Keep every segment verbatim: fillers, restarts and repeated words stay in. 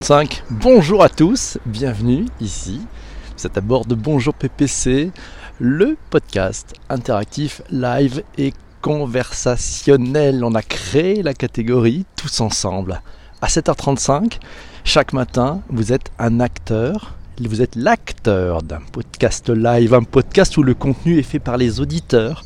cinq. Bonjour à tous, bienvenue ici. Vous êtes à bord de Bonjour P P C, le podcast interactif, live et conversationnel. On a créé la catégorie tous ensemble. À sept heures trente-cinq, chaque matin, vous êtes un acteur. Vous êtes l'acteur d'un podcast live, un podcast où le contenu est fait par les auditeurs.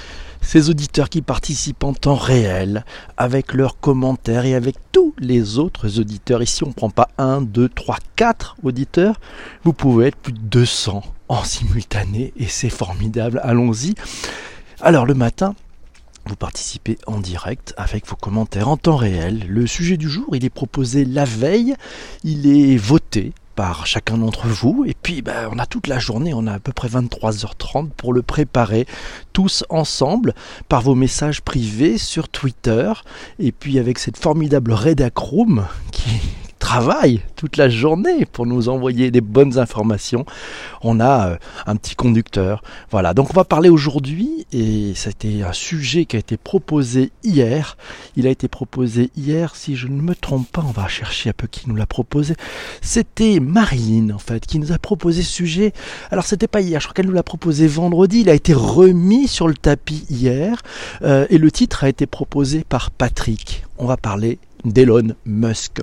Ces auditeurs qui participent en temps réel, avec leurs commentaires et avec tous les autres auditeurs. Ici, on ne prend pas un, deux, trois, quatre auditeurs. Vous pouvez être plus de deux cents en simultané et c'est formidable. Allons-y. Alors, le matin, vous participez en direct avec vos commentaires en temps réel. Le sujet du jour, il est proposé la veille. Il est voté par chacun d'entre vous, et puis ben, on a toute la journée, on a à peu près vingt-trois heures trente pour le préparer tous ensemble par vos messages privés sur Twitter, et puis avec cette formidable Redac Room qui travaille toute la journée pour nous envoyer des bonnes informations. On a euh, un petit conducteur. Voilà, donc on va parler aujourd'hui, et c'était un sujet qui a été proposé hier. Il a été proposé hier, si je ne me trompe pas, on va chercher un peu qui nous l'a proposé. C'était Marilyn, en fait, qui nous a proposé ce sujet. Alors, c'était pas hier, je crois qu'elle nous l'a proposé vendredi. Il a été remis sur le tapis hier, euh, et le titre a été proposé par Patrick. On va parler d'Elon Musk,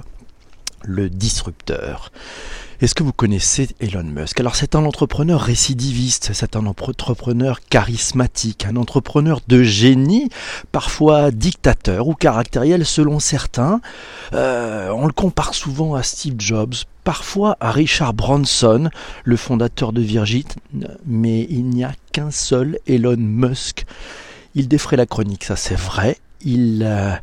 le disrupteur. Est-ce que vous connaissez Elon Musk? Alors c'est un entrepreneur récidiviste, c'est un entrepreneur charismatique, un entrepreneur de génie, parfois dictateur ou caractériel selon certains. Euh, on le compare souvent à Steve Jobs, parfois à Richard Branson, le fondateur de Virgin, mais il n'y a qu'un seul Elon Musk. Il défraie la chronique, ça c'est vrai. Il... Euh,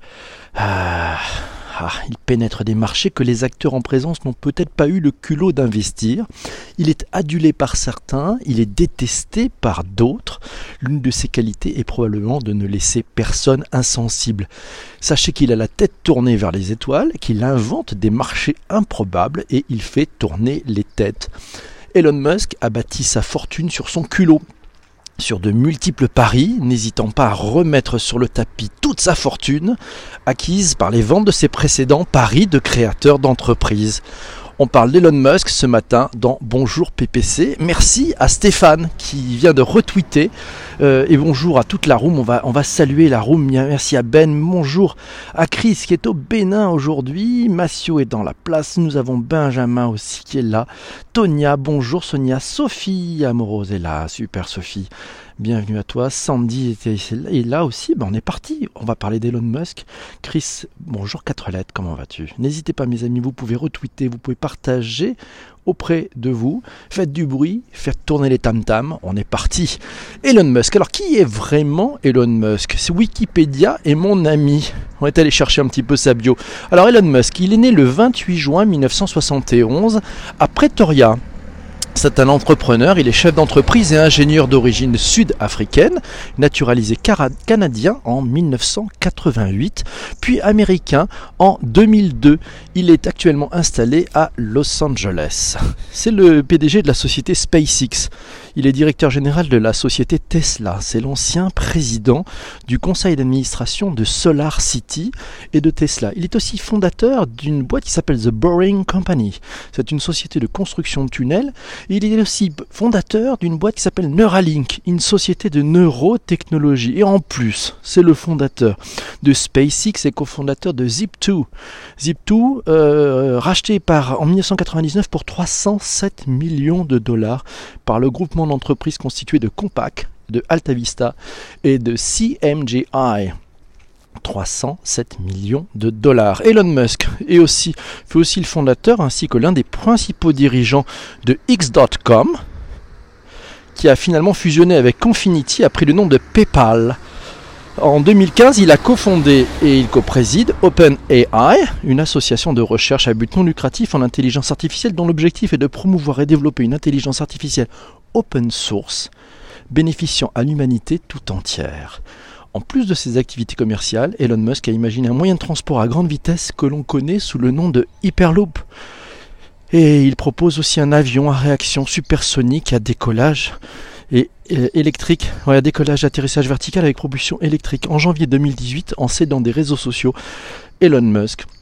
euh, Ah, il pénètre des marchés que les acteurs en présence n'ont peut-être pas eu le culot d'investir. Il est adulé par certains, il est détesté par d'autres. L'une de ses qualités est probablement de ne laisser personne insensible. Sachez qu'il a la tête tournée vers les étoiles, qu'il invente des marchés improbables et il fait tourner les têtes. Elon Musk a bâti sa fortune sur son culot, sur de multiples paris, n'hésitant pas à remettre sur le tapis toute sa fortune, acquise par les ventes de ses précédents paris de créateurs d'entreprises. On parle d'Elon Musk ce matin dans Bonjour P P C. Merci à Stéphane qui vient de retweeter. Euh, et bonjour à toute la room. On va, on va saluer la room. Merci à Ben. Bonjour à Chris qui est au Bénin aujourd'hui. Massio est dans la place. Nous avons Benjamin aussi qui est là. Tonia, bonjour Sonia. Sophie Amorose est là. Super Sophie. Bienvenue à toi. Sandy était est là aussi. Ben on est parti. On va parler d'Elon Musk. Chris, bonjour quatre lettres. Comment vas-tu? N'hésitez pas mes amis. Vous pouvez retweeter. Vous pouvez partager auprès de vous. Faites du bruit. Faites tourner les tam-tams. On est parti. Elon Musk. Alors qui est vraiment Elon Musk? C'est Wikipédia et mon ami. On est allé chercher un petit peu sa bio. Alors Elon Musk, il est né le vingt-huit juin mille neuf cent soixante et onze à Pretoria. C'est un entrepreneur, il est chef d'entreprise et ingénieur d'origine sud-africaine, naturalisé canadien en mille neuf cent quatre-vingt-huit, puis américain en deux mille deux. Il est actuellement installé à Los Angeles. C'est le P D G de la société SpaceX. Il est directeur général de la société Tesla. C'est l'ancien président du conseil d'administration de Solar City et de Tesla. Il est aussi fondateur d'une boîte qui s'appelle The Boring Company. C'est une société de construction de tunnels. Il est aussi fondateur d'une boîte qui s'appelle Neuralink, une société de neurotechnologie. Et en plus, c'est le fondateur de SpaceX et cofondateur de Zip deux. Zip deux, euh, racheté par, en mille neuf cent quatre-vingt-dix-neuf pour trois cent sept millions de dollars par le groupement d'entreprises constitué de Compaq, de Altavista et de C M J I. trois cent sept millions de dollars. Elon Musk est aussi, fait aussi le fondateur ainsi que l'un des principaux dirigeants de X point com qui a finalement fusionné avec Confinity, a pris le nom de PayPal. En deux mille quinze, il a cofondé et il copréside OpenAI, une association de recherche à but non lucratif en intelligence artificielle dont l'objectif est de promouvoir et développer une intelligence artificielle open source bénéficiant à l'humanité tout entière. En plus de ses activités commerciales, Elon Musk a imaginé un moyen de transport à grande vitesse que l'on connaît sous le nom de Hyperloop. Et il propose aussi un avion à réaction supersonique à décollage et électrique, ouais, à décollage atterrissage vertical avec propulsion électrique. En janvier deux mille dix-huit, en s'aidant des réseaux sociaux, Elon Musk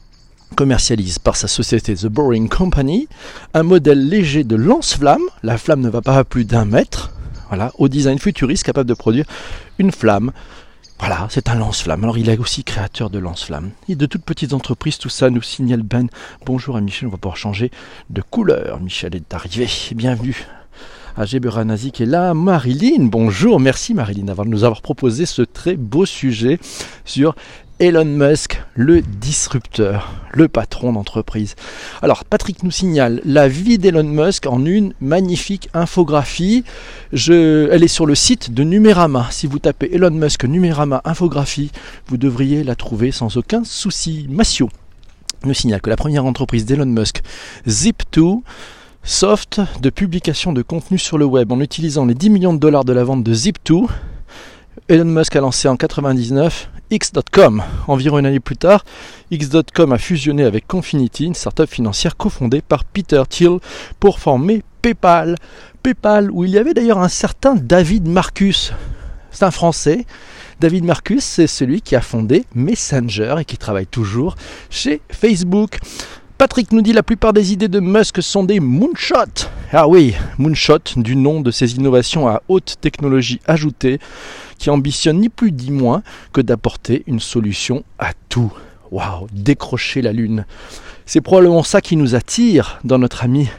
commercialise par sa société The Boring Company un modèle léger de lance-flamme. La flamme ne va pas à plus d'un mètre. Voilà, au design futuriste capable de produire une flamme. Voilà, c'est un lance-flamme. Alors il est aussi créateur de lance-flamme. Et de toutes petites entreprises, tout ça nous signale Ben. Bonjour à Michel, on va pouvoir changer de couleur. Michel est arrivé, bienvenue. Ajay Buranazi qui est là. Marilyn, bonjour, merci Marilyn d'avoir nous avoir proposé ce très beau sujet sur Elon Musk, le disrupteur, le patron d'entreprise. Alors, Patrick nous signale la vie d'Elon Musk en une magnifique infographie. Je, elle est sur le site de Numérama. Si vous tapez Elon Musk Numérama infographie, vous devriez la trouver sans aucun souci. Massio nous signale que la première entreprise d'Elon Musk, Zip deux, soft de publication de contenu sur le web en utilisant les dix millions de dollars de la vente de Zip deux, Elon Musk a lancé en quatre-vingt-dix-neuf X point com. Environ une année plus tard, X point com a fusionné avec Confinity, une startup financière cofondée par Peter Thiel pour former PayPal. PayPal, où il y avait d'ailleurs un certain David Marcus. C'est un Français. David Marcus, c'est celui qui a fondé Messenger et qui travaille toujours chez Facebook. Patrick nous dit la plupart des idées de Musk sont des moonshots. Ah oui, moonshot du nom de ces innovations à haute technologie ajoutée qui ambitionnent ni plus ni moins que d'apporter une solution à tout. Waouh, décrocher la lune. C'est probablement ça qui nous attire dans notre ami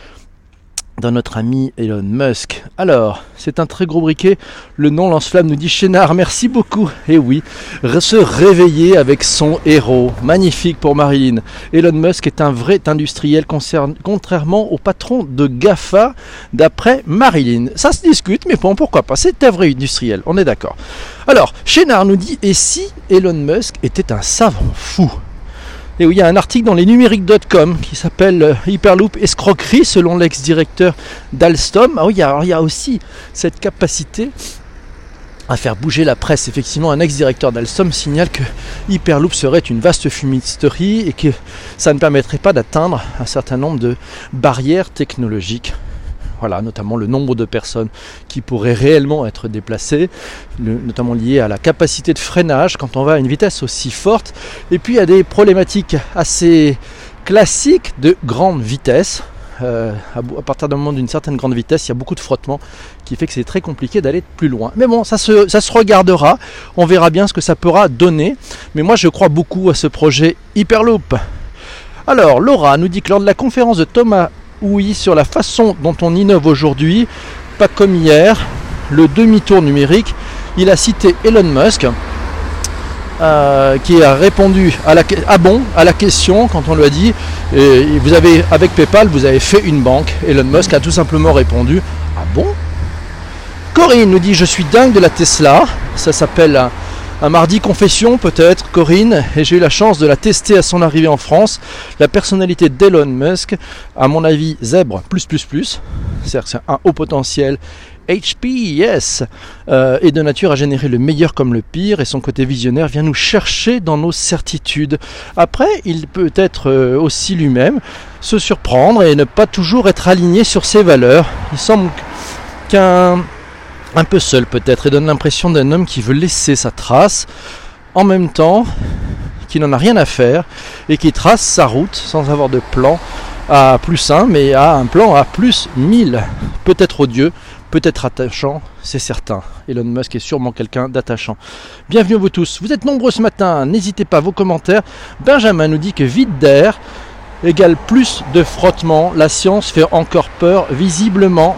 dans notre ami Elon Musk. Alors, c'est un très gros briquet. Le nom lance-flamme nous dit Chénard. Merci beaucoup. Et oui, se réveiller avec son héros. Magnifique pour Marilyn. Elon Musk est un vrai industriel concerne, contrairement au patron de GAFA, d'après Marilyn. Ça se discute, mais bon, pourquoi pas. C'est un vrai industriel, on est d'accord. Alors, Chénard nous dit, et si Elon Musk était un savant fou ? Et oui, il y a un article dans les numériques point com qui s'appelle Hyperloop escroquerie selon l'ex-directeur d'Alstom. Ah oui, il y, a, il y a aussi cette capacité à faire bouger la presse. Effectivement, un ex-directeur d'Alstom signale que Hyperloop serait une vaste fumisterie et que ça ne permettrait pas d'atteindre un certain nombre de barrières technologiques. Voilà, notamment le nombre de personnes qui pourraient réellement être déplacées, le, notamment lié à la capacité de freinage quand on va à une vitesse aussi forte. Et puis il y a des problématiques assez classiques de grande vitesse. Euh, à, à partir d'un moment d'une certaine grande vitesse, il y a beaucoup de frottement qui fait que c'est très compliqué d'aller plus loin. Mais bon, ça se, ça se regardera, on verra bien ce que ça pourra donner. Mais moi je crois beaucoup à ce projet Hyperloop. Alors, Laura nous dit que lors de la conférence de Thomas Oui, sur la façon dont on innove aujourd'hui, pas comme hier, le demi-tour numérique, il a cité Elon Musk, euh, qui a répondu à la, ah bon, à la question quand on lui a dit, et vous avez, avec PayPal, vous avez fait une banque. Elon Musk a tout simplement répondu, ah bon ? Corinne nous dit, je suis dingue de la Tesla, ça s'appelle un, un mardi confession peut-être, Corinne, et j'ai eu la chance de la tester à son arrivée en France. La personnalité d'Elon Musk, à mon avis, zèbre plus plus plus, c'est-à-dire que c'est un haut potentiel H P, yes, euh, est de nature à générer le meilleur comme le pire, et son côté visionnaire vient nous chercher dans nos certitudes. Après, il peut être euh, aussi lui-même se surprendre et ne pas toujours être aligné sur ses valeurs. Il semble qu'un un peu seul peut-être, et donne l'impression d'un homme qui veut laisser sa trace, en même temps qui n'en a rien à faire et qui trace sa route sans avoir de plan à plus un, mais à un plan à plus mille. Peut-être odieux, peut-être attachant, c'est certain. Elon Musk est sûrement quelqu'un d'attachant. Bienvenue à vous tous, vous êtes nombreux ce matin, n'hésitez pas à vos commentaires. Benjamin nous dit que vide d'air égale plus de frottement, la science fait encore peur visiblement.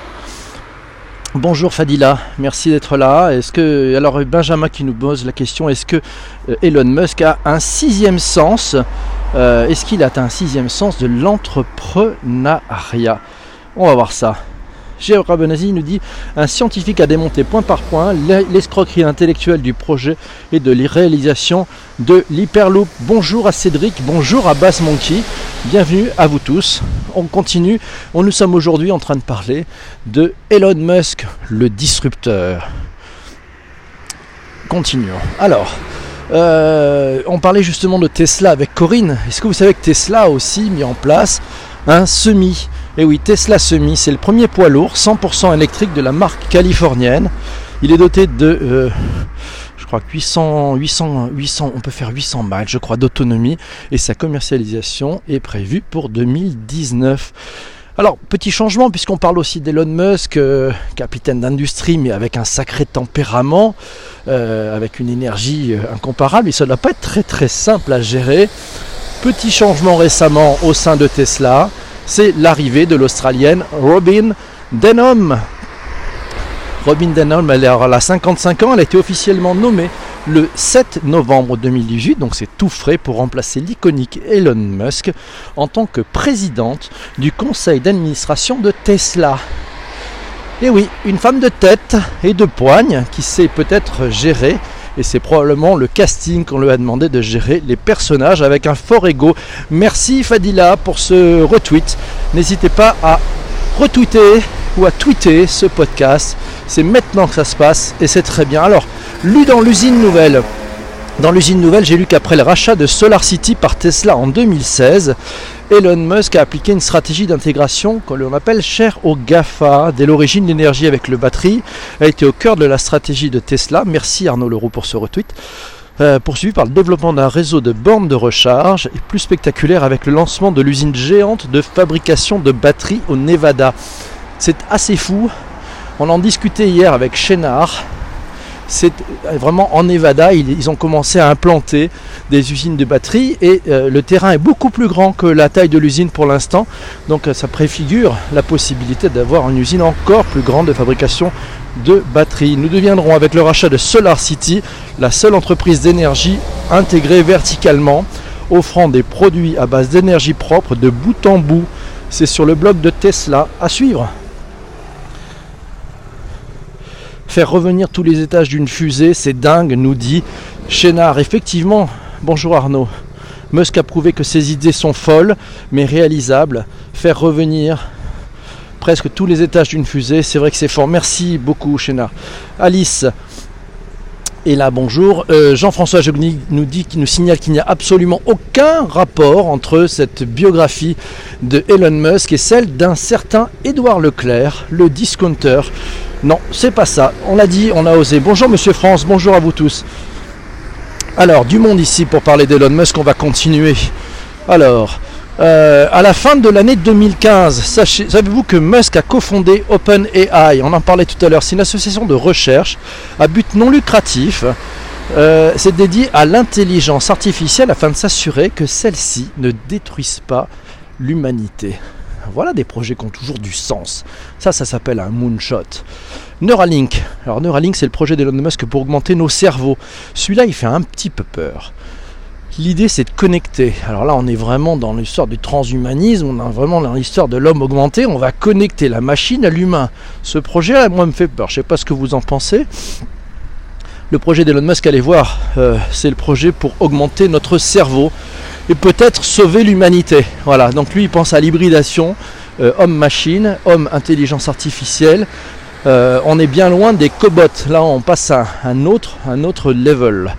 Bonjour Fadila, merci d'être là. Est-ce que, alors Benjamin qui nous pose la question, est-ce que Elon Musk a un sixième sens euh, Est-ce qu'il a un sixième sens de l'entrepreneuriat? On va voir ça. Gérard Benazi nous dit un scientifique a démonté point par point l'escroquerie intellectuelle du projet et de la réalisation de l'Hyperloop. Bonjour à Cédric, bonjour à Bass Monkey, bienvenue à vous tous. On continue, on, nous sommes aujourd'hui en train de parler de Elon Musk, le disrupteur. Continuons. Alors, euh, on parlait justement de Tesla avec Corinne. Est-ce que vous savez que Tesla a aussi mis en place un semi? Et oui, Tesla Semi, c'est le premier poids lourd cent pour cent électrique de la marque californienne. Il est doté de, euh, je crois que huit cents, huit cents, huit cents, on peut faire huit cents miles, je crois, d'autonomie, et sa commercialisation est prévue pour deux mille dix-neuf. Alors, petit changement, puisqu'on parle aussi d'Elon Musk, euh, capitaine d'industrie, mais avec un sacré tempérament, euh, avec une énergie euh, incomparable, et ça ne doit pas être très très simple à gérer. Petit changement récemment au sein de Tesla, c'est l'arrivée de l'Australienne Robyn Denholm. Robyn Denholm, elle a cinquante-cinq ans, elle a été officiellement nommée le sept novembre deux mille dix-huit, donc c'est tout frais, pour remplacer l'iconique Elon Musk en tant que présidente du conseil d'administration de Tesla. Et oui, une femme de tête et de poigne qui sait peut-être gérer, et c'est probablement le casting qu'on lui a demandé de gérer les personnages avec un fort ego. Merci Fadila pour ce retweet. N'hésitez pas à retweeter ou à tweeter ce podcast. C'est maintenant que ça se passe et c'est très bien. Alors, lu dans l'usine nouvelle. Dans l'usine nouvelle, j'ai lu qu'après le rachat de SolarCity par Tesla en deux mille seize, Elon Musk a appliqué une stratégie d'intégration que l'on appelle chère aux GAFA. Dès l'origine, l'énergie avec le batterie a été au cœur de la stratégie de Tesla. Merci Arnaud Leroux pour ce retweet. Euh, poursuivi par le développement d'un réseau de bornes de recharge et plus spectaculaire avec le lancement de l'usine géante de fabrication de batteries au Nevada. C'est assez fou. On en discutait hier avec Chénard. C'est vraiment en Nevada, ils, ils ont commencé à implanter des usines de batteries et euh, le terrain est beaucoup plus grand que la taille de l'usine pour l'instant. Donc ça préfigure la possibilité d'avoir une usine encore plus grande de fabrication de batteries. Nous deviendrons avec le rachat de SolarCity la seule entreprise d'énergie intégrée verticalement, offrant des produits à base d'énergie propre de bout en bout. C'est sur le blog de Tesla, à suivre. Faire revenir tous les étages d'une fusée, c'est dingue, nous dit Chénard. Effectivement, bonjour Arnaud. Musk a prouvé que ses idées sont folles, mais réalisables. Faire revenir presque tous les étages d'une fusée, c'est vrai que c'est fort. Merci beaucoup Chénard. Alice est là, bonjour. Euh, Jean-François Jogny nous dit, qui nous signale qu'il n'y a absolument aucun rapport entre cette biographie de Elon Musk et celle d'un certain Édouard Leclerc, le discounter. Non, c'est pas ça. On l'a dit, on a osé. Bonjour Monsieur France, bonjour à vous tous. Alors, du monde ici pour parler d'Elon Musk, on va continuer. Alors, euh, à la fin de l'année deux mille quinze, sachez, savez-vous que Musk a cofondé OpenAI? On en parlait tout à l'heure. C'est une association de recherche à but non lucratif. Euh, c'est dédié à l'intelligence artificielle afin de s'assurer que celle-ci ne détruise pas l'humanité. Voilà des projets qui ont toujours du sens. Ça, ça s'appelle un moonshot. Neuralink. Alors Neuralink, c'est le projet d'Elon Musk pour augmenter nos cerveaux. Celui-là, il fait un petit peu peur. L'idée, c'est de connecter. Alors là, on est vraiment dans l'histoire du transhumanisme, on est vraiment dans l'histoire de l'homme augmenté. On va connecter la machine à l'humain. Ce projet-là, moi, me fait peur. Je ne sais pas ce que vous en pensez. Le projet d'Elon Musk, allez voir, euh, c'est le projet pour augmenter notre cerveau et peut-être sauver l'humanité. Voilà, donc lui il pense à l'hybridation euh, homme-machine, homme-intelligence artificielle. Euh, on est bien loin des cobots. Là on passe à un autre, un autre level.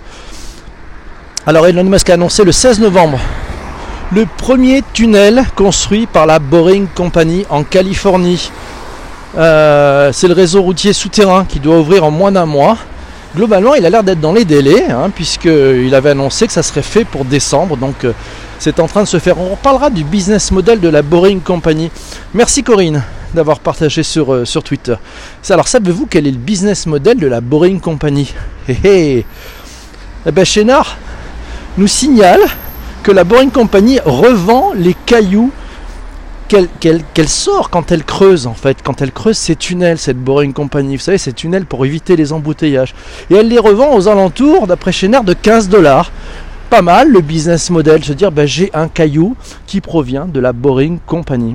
Alors Elon Musk a annoncé le seize novembre le premier tunnel construit par la Boring Company en Californie. Euh, c'est le réseau routier souterrain qui doit ouvrir en moins d'un mois. Globalement, il a l'air d'être dans les délais, hein, puisqu'il avait annoncé que ça serait fait pour décembre, donc euh, c'est en train de se faire. On reparlera du business model de la Boring Company. Merci Corinne d'avoir partagé sur, euh, sur Twitter. Alors, savez-vous quel est le business model de la Boring Company? Hé hé. Eh bien, Chénard nous signale que la Boring Company revend les cailloux Qu'elle, qu'elle, qu'elle sort quand elle creuse en fait, quand elle creuse ses tunnels, cette Boring Company, vous savez, ces tunnels pour éviter les embouteillages. Et elle les revend aux alentours, d'après Chénard, de quinze dollars. Pas mal le business model, se dire ben, j'ai un caillou qui provient de la Boring Company.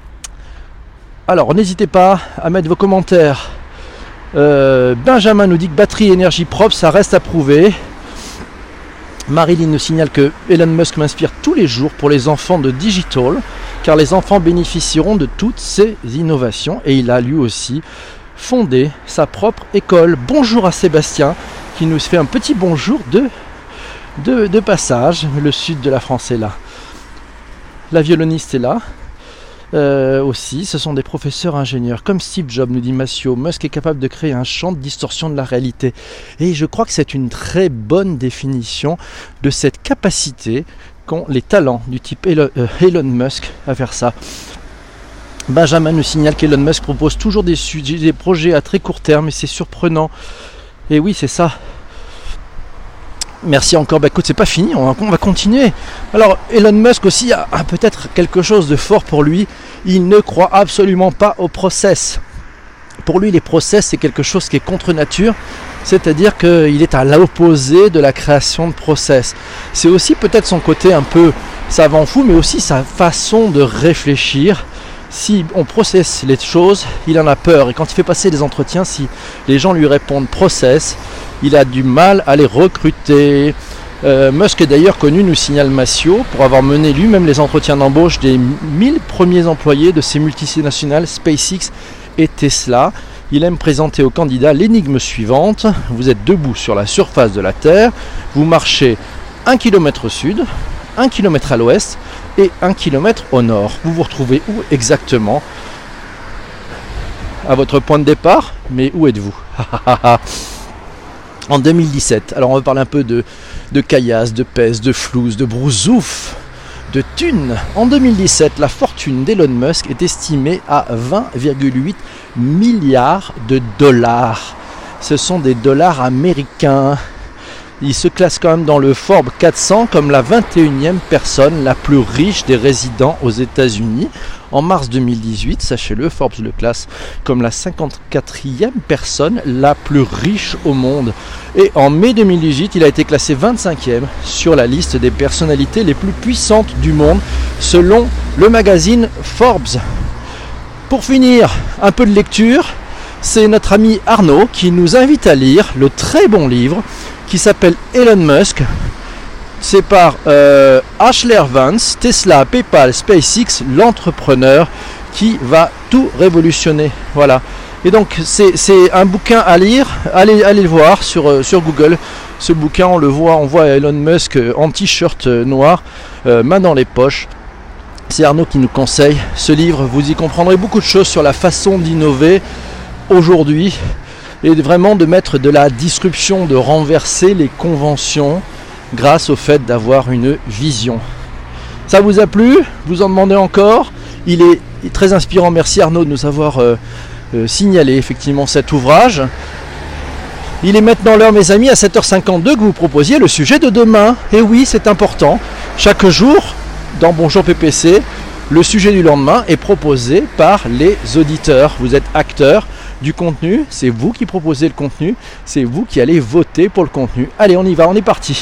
Alors n'hésitez pas à mettre vos commentaires. Euh, Benjamin nous dit que batterie énergie propre, ça reste à prouver. Marilyn nous signale que Elon Musk m'inspire tous les jours pour les enfants de Digital, car les enfants bénéficieront de toutes ces innovations, et il a lui aussi fondé sa propre école. Bonjour à Sébastien qui nous fait un petit bonjour de, de, de passage. Le sud de la France est là. La violoniste est là. euh, aussi, ce sont des professeurs ingénieurs. Comme Steve Jobs, nous dit Massio, Musk est capable de créer un champ de distorsion de la réalité. Et je crois que c'est une très bonne définition de cette capacité qu'ont les talents du type Elon, euh, Elon Musk à faire ça. Benjamin nous signale qu'Elon Musk propose toujours des, sujets, des projets à très court terme et c'est surprenant. Et oui, c'est ça. Merci encore, bah écoute, c'est pas fini, on va, on va continuer. Alors, Elon Musk aussi a, a peut-être quelque chose de fort pour lui. Il ne croit absolument pas au process. Pour lui, les process, c'est quelque chose qui est contre nature, c'est-à-dire qu'il est à l'opposé de la création de process. C'est aussi peut-être son côté un peu savant fou, mais aussi sa façon de réfléchir. Si on processe les choses, il en a peur. Et quand il fait passer des entretiens, si les gens lui répondent process, il a du mal à les recruter. Euh, Musk est d'ailleurs connu, nous signale Massio, pour avoir mené lui-même les entretiens d'embauche des mille premiers employés de ces multinationales SpaceX et Tesla. Il aime présenter aux candidats l'énigme suivante. Vous êtes debout sur la surface de la Terre, vous marchez un kilomètre au sud, un kilomètre à l'ouest et un kilomètre au nord. Vous vous retrouvez où exactement? À votre point de départ, mais où êtes-vous? En deux mille dix-sept, alors on va parler un peu de, de caillasse, de pèse, de flouze, de brousouf, de thunes. En deux mille dix-sept, la fortune d'Elon Musk est estimée à vingt virgule huit milliards de dollars. Ce sont des dollars américains. Il se classe quand même dans le Forbes quatre cents comme la vingt et unième personne la plus riche des résidents aux États-Unis. En mars deux mille dix-huit, sachez-le, Forbes le classe comme la cinquante-quatrième personne la plus riche au monde. Et en mai deux mille dix-huit, il a été classé vingt-cinquième sur la liste des personnalités les plus puissantes du monde, selon le magazine Forbes. Pour finir, un peu de lecture, c'est notre ami Arnaud qui nous invite à lire le très bon livre qui s'appelle Elon Musk. C'est par euh, Ashler Vance, Tesla, PayPal, SpaceX, l'entrepreneur qui va tout révolutionner. Voilà. Et donc c'est, c'est un bouquin à lire. Allez, allez le voir sur, euh, sur Google. Ce bouquin, on le voit, on voit Elon Musk en t-shirt noir, euh, main dans les poches. C'est Arnaud qui nous conseille ce livre. Vous y comprendrez beaucoup de choses sur la façon d'innover aujourd'hui et vraiment de mettre de la disruption, de renverser les conventions grâce au fait d'avoir une vision. Ça vous a plu? Vous en demandez encore? Il est très inspirant. Merci Arnaud de nous avoir euh, euh, signalé effectivement cet ouvrage. Il est maintenant l'heure, mes amis, à sept heures cinquante-deux, que vous proposiez le sujet de demain. Et oui, c'est important. Chaque jour, dans Bonjour P P C, le sujet du lendemain est proposé par les auditeurs. Vous êtes acteurs du contenu, c'est vous qui proposez le contenu, c'est vous qui allez voter pour le contenu. Allez, on y va, on est parti.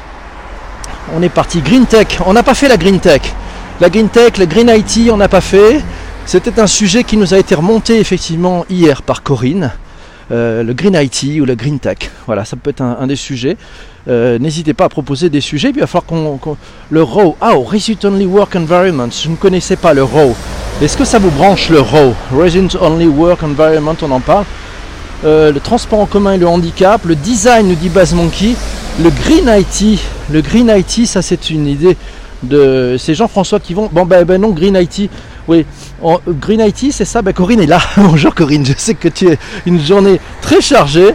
On est parti. Green Tech, on n'a pas fait la Green Tech. La Green Tech, le Green I T, on n'a pas fait. C'était un sujet qui nous a été remonté effectivement hier par Corinne. Euh, le Green I T ou le Green Tech. Voilà, ça peut être un, un des sujets. Euh, n'hésitez pas à proposer des sujets. Puis il va falloir qu'on... qu'on le R A W. Ah, oh, Resident Only Work Environment. Je ne connaissais pas le R A W. Est-ce que ça vous branche le R A W? Resident Only Work Environment, on en parle. Euh, le transport en commun et le handicap. Le design, nous dit Baz Monkey. Le Green I T. Le Green I T, ça c'est une idée de... C'est Jean-François qui vont... Bon, ben, ben non, Green I T... Oui, en, Green I T, c'est ça. Ben, Corinne est là. Bonjour Corinne, je sais que tu es une journée très chargée.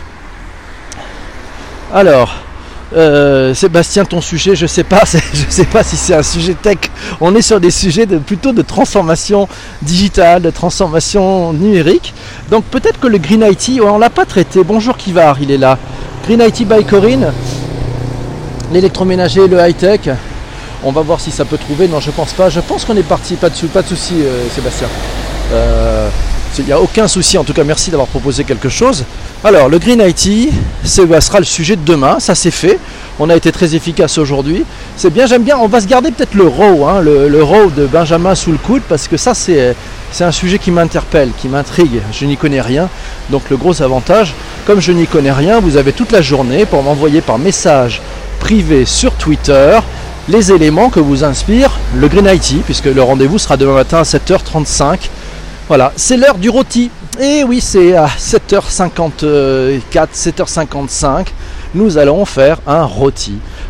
Alors, euh, Sébastien, ton sujet, je sais pas, c'est, je sais pas si c'est un sujet tech. On est sur des sujets de, plutôt de transformation digitale, de transformation numérique. Donc peut-être que le Green I T, on l'a pas traité. Bonjour Kivar, il est là. Green I T by Corinne. L'électroménager, le high-tech. On va voir si ça peut trouver. Non, je pense pas. Je pense qu'on est parti. Pas de, pas de souci, euh, Sébastien. Euh, il n'y a aucun souci. En tout cas, merci d'avoir proposé quelque chose. Alors, le Green I T, ce sera le sujet de demain. Ça, c'est fait. On a été très efficace aujourd'hui. C'est bien, j'aime bien. On va se garder peut-être le R A W, hein, le, le R A W de Benjamin sous le coude, parce que ça, c'est, c'est un sujet qui m'interpelle, qui m'intrigue. Je n'y connais rien. Donc, le gros avantage, comme je n'y connais rien, vous avez toute la journée pour m'envoyer par message privé sur Twitter les éléments que vous inspire le Green I T, puisque le rendez-vous sera demain matin à sept heures trente-cinq. Voilà, c'est l'heure du rôti. Et oui, c'est à sept heures cinquante-quatre, sept heures cinquante-cinq. Nous allons faire un rôti.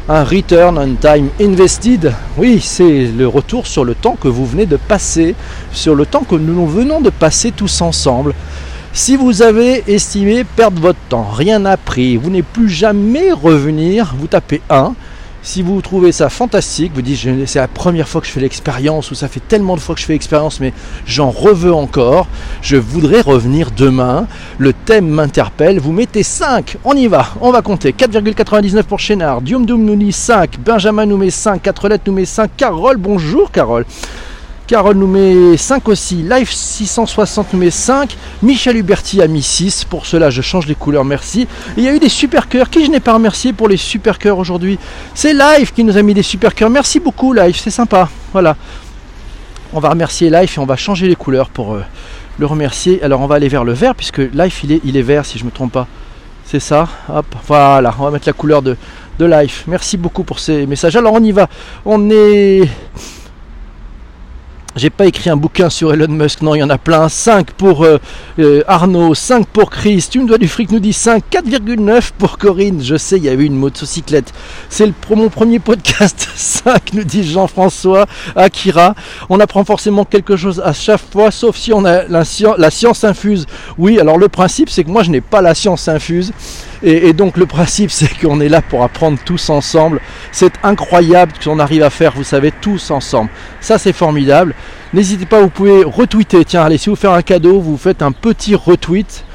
Un return on time invested. Oui, c'est le retour sur le temps que vous venez de passer, sur le temps que nous venons de passer tous ensemble. Si vous avez estimé perdre votre temps, rien appris, vous n'allez plus jamais revenir, vous tapez un. Si vous trouvez ça fantastique, vous dites c'est la première fois que je fais l'expérience ou ça fait tellement de fois que je fais l'expérience mais j'en reveux encore, je voudrais revenir demain, le thème m'interpelle, vous mettez cinq, on y va, on va compter, quatre virgule quatre-vingt-dix-neuf pour Chénard, Dioum Doum nous dit cinq, Benjamin nous met cinq, quatre lettres nous met cinq, Carole, bonjour Carole. Carole nous met cinq aussi, Live six cent soixante nous met cinq, Michel Huberti a mis six, pour cela je change les couleurs, merci. Et il y a eu des super cœurs, qui je n'ai pas remercié pour les super cœurs aujourd'hui? C'est Live qui nous a mis des super cœurs, merci beaucoup Live, c'est sympa, voilà. On va remercier Live et on va changer les couleurs pour euh, le remercier. Alors on va aller vers le vert, puisque Live il est, il est vert si je ne me trompe pas. C'est ça, hop, voilà, on va mettre la couleur de, de Live. Merci beaucoup pour ces messages. Alors on y va, on est... J'ai pas écrit un bouquin sur Elon Musk, non, il y en a plein. cinq pour euh, euh, Arnaud, cinq pour Chris, tu me dois du fric nous dit cinq, quatre virgule neuf pour Corinne, je sais, il y avait une motocyclette. C'est le, mon premier podcast, cinq nous dit Jean-François, Akira. On apprend forcément quelque chose à chaque fois, sauf si on a la, la science infuse. Oui, alors le principe c'est que moi je n'ai pas la science infuse. Et, et donc le principe c'est qu'on est là pour apprendre tous ensemble. C'est incroyable ce qu'on arrive à faire, vous savez, tous ensemble. Ça c'est formidable. N'hésitez pas, vous pouvez retweeter. Tiens, allez, si vous faites un cadeau, vous faites un petit retweet.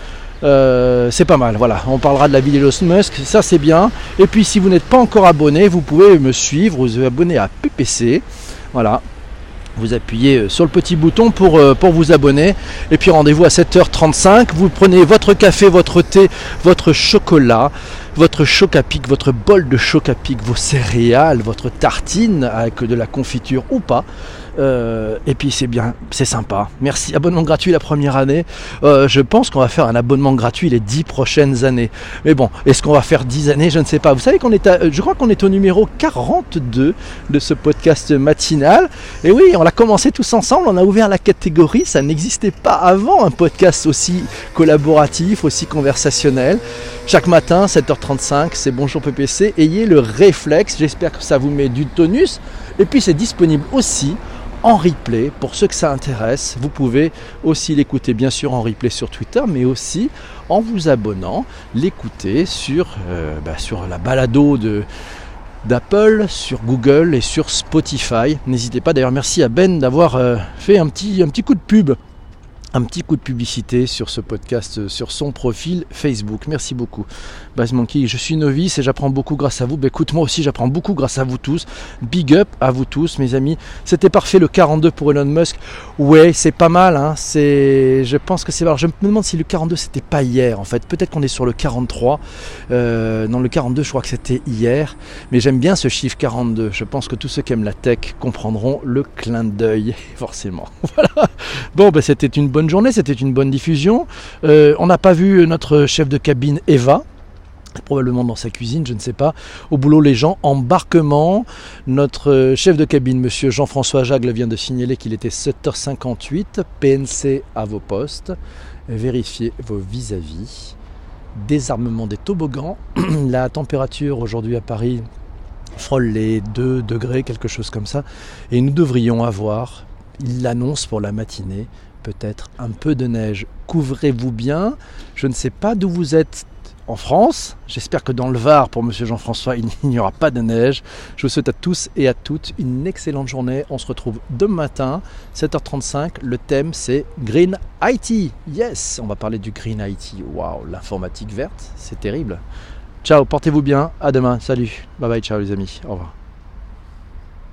Euh, c'est pas mal, voilà. On parlera de la vie d'Elon Musk, ça c'est bien. Et puis si vous n'êtes pas encore abonné, vous pouvez me suivre, vous abonner à P P C. Voilà. Vous appuyez sur le petit bouton pour, euh, pour vous abonner. Et puis rendez-vous à sept heures trente-cinq. Vous prenez votre café, votre thé, votre chocolat, votre choc à pic, votre bol de choc à pic, vos céréales, votre tartine avec de la confiture ou pas. Euh, et puis c'est bien, c'est sympa. Merci. Abonnement gratuit la première année. Euh, je pense qu'on va faire un abonnement gratuit les dix prochaines années. Mais bon, est-ce qu'on va faire dix années? Je ne sais pas. Vous savez qu'on est à, je crois qu'on est au numéro quarante-deux de ce podcast matinal. Et oui, on l'a commencé tous ensemble. On a ouvert la catégorie. Ça n'existait pas avant un podcast aussi collaboratif, aussi conversationnel. Chaque matin, sept heures trente-cinq, c'est Bonjour P P C. Ayez le réflexe. J'espère que ça vous met du tonus. Et puis c'est disponible aussi en replay pour ceux que ça intéresse. Vous pouvez aussi l'écouter bien sûr en replay sur Twitter, mais aussi en vous abonnant, l'écouter sur, euh, bah, sur la balado de, d'Apple, sur Google et sur Spotify. N'hésitez pas, d'ailleurs merci à Ben d'avoir euh, fait un petit, un petit coup de pub. Un petit coup de publicité sur ce podcast, sur son profil Facebook. Merci beaucoup. Baz Monkey, je suis novice et j'apprends beaucoup grâce à vous. Bah, écoute, moi aussi j'apprends beaucoup grâce à vous tous. Big up à vous tous, mes amis. C'était parfait le quarante-deux pour Elon Musk. Ouais, c'est pas mal. Hein. C'est, je pense que c'est. Alors, je me demande si le quarante-deux c'était pas hier en fait. Peut-être qu'on est sur le quarante-trois. Euh, non, le quarante-deux, je crois que c'était hier. Mais j'aime bien ce chiffre quarante-deux. Je pense que tous ceux qui aiment la tech comprendront le clin d'œil, forcément. Voilà. Bon, bah, c'était une bonne Bonne journée, c'était une bonne diffusion. Euh, on n'a pas vu notre chef de cabine Eva, probablement dans sa cuisine, je ne sais pas. Au boulot, les gens, embarquement. Notre chef de cabine, monsieur Jean-François Jagle, vient de signaler qu'il était sept heures cinquante-huit. P N C à vos postes. Vérifiez vos vis-à-vis. Désarmement des toboggans. La température aujourd'hui à Paris frôle les deux degrés, quelque chose comme ça. Et nous devrions avoir, il l'annonce pour la matinée, peut-être un peu de neige. Couvrez-vous bien. Je ne sais pas d'où vous êtes en France. J'espère que dans le Var, pour monsieur Jean-François, il n'y aura pas de neige. Je vous souhaite à tous et à toutes une excellente journée. On se retrouve demain matin, sept heures trente-cinq. Le thème, c'est Green I T. Yes, on va parler du Green I T. Waouh, l'informatique verte, c'est terrible. Ciao, portez-vous bien. À demain. Salut. Bye bye, ciao les amis. Au revoir.